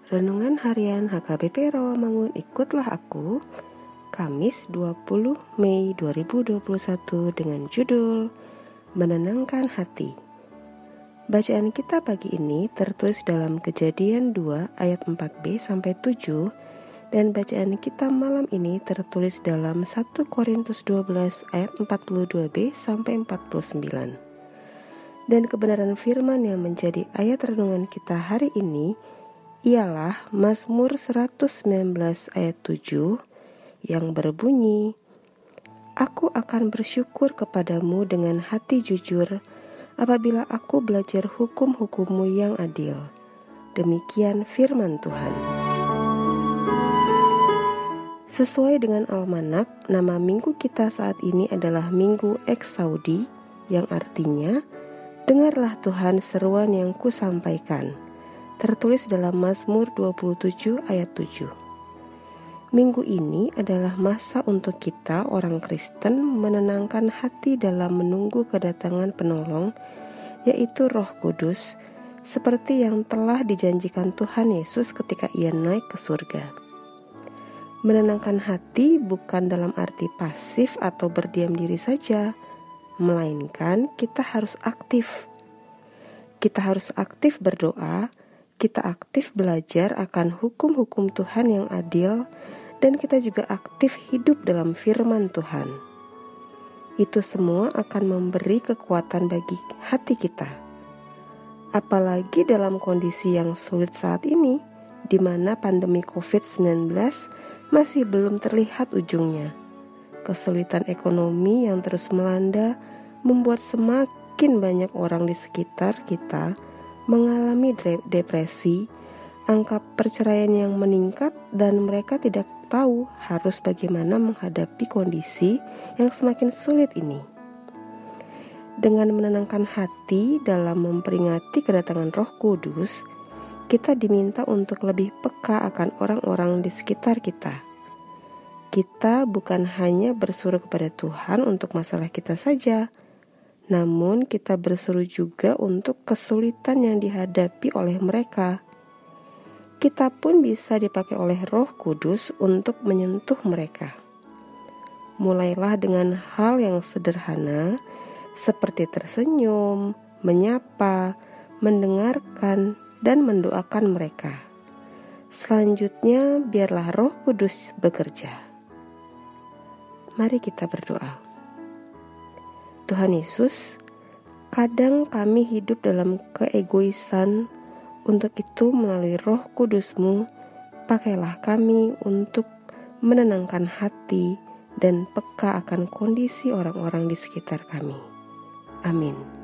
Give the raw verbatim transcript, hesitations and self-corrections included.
Renungan Harian H K B P Rawamangun, ikutlah aku, Kamis dua puluh Mei dua ribu dua puluh satu dengan judul Menenangkan Hati. Bacaan kita pagi ini tertulis dalam Kejadian dua ayat empat b sampai tujuh, dan bacaan kita malam ini tertulis dalam satu Korintus dua belas ayat empat puluh dua b sampai empat puluh sembilan. Dan kebenaran firman yang menjadi ayat renungan kita hari ini ialah Mazmur seratus sembilan belas ayat tujuh yang berbunyi, "Aku akan bersyukur kepadamu dengan hati jujur apabila aku belajar hukum-hukum-Mu yang adil." Demikian firman Tuhan. Sesuai dengan almanak, nama minggu kita saat ini adalah Minggu Eksaudi, yang artinya, "Dengarlah Tuhan seruan yang kusampaikan." Tertulis dalam Mazmur dua puluh tujuh ayat tujuh. Minggu ini adalah masa untuk kita orang Kristen menenangkan hati dalam menunggu kedatangan penolong, yaitu Roh Kudus, seperti yang telah dijanjikan Tuhan Yesus ketika Ia naik ke surga. Menenangkan hati bukan dalam arti pasif atau berdiam diri saja, melainkan kita harus aktif. Kita harus aktif berdoa, kita aktif belajar akan hukum-hukum Tuhan yang adil, dan kita juga aktif hidup dalam firman Tuhan. Itu semua akan memberi kekuatan bagi hati kita. Apalagi dalam kondisi yang sulit saat ini, di mana pandemi covid sembilan belas masih belum terlihat ujungnya. Kesulitan ekonomi yang terus melanda membuat semakin banyak orang di sekitar kita mengalami depresi, angka perceraian yang meningkat, dan mereka tidak tahu harus bagaimana menghadapi kondisi yang semakin sulit ini. Dengan menenangkan hati dalam memperingati kedatangan Roh Kudus, kita diminta untuk lebih peka akan orang-orang di sekitar kita. Kita bukan hanya berseru kepada Tuhan untuk masalah kita saja, namun kita berseru juga untuk kesulitan yang dihadapi oleh mereka. Kita pun bisa dipakai oleh Roh Kudus untuk menyentuh mereka. Mulailah dengan hal yang sederhana, seperti tersenyum, menyapa, mendengarkan, dan mendoakan mereka. Selanjutnya, biarlah Roh Kudus bekerja. Mari kita berdoa. Tuhan Yesus, kadang kami hidup dalam keegoisan, untuk itu melalui Roh Kudus-Mu, pakailah kami untuk menenangkan hati dan peka akan kondisi orang-orang di sekitar kami. Amin.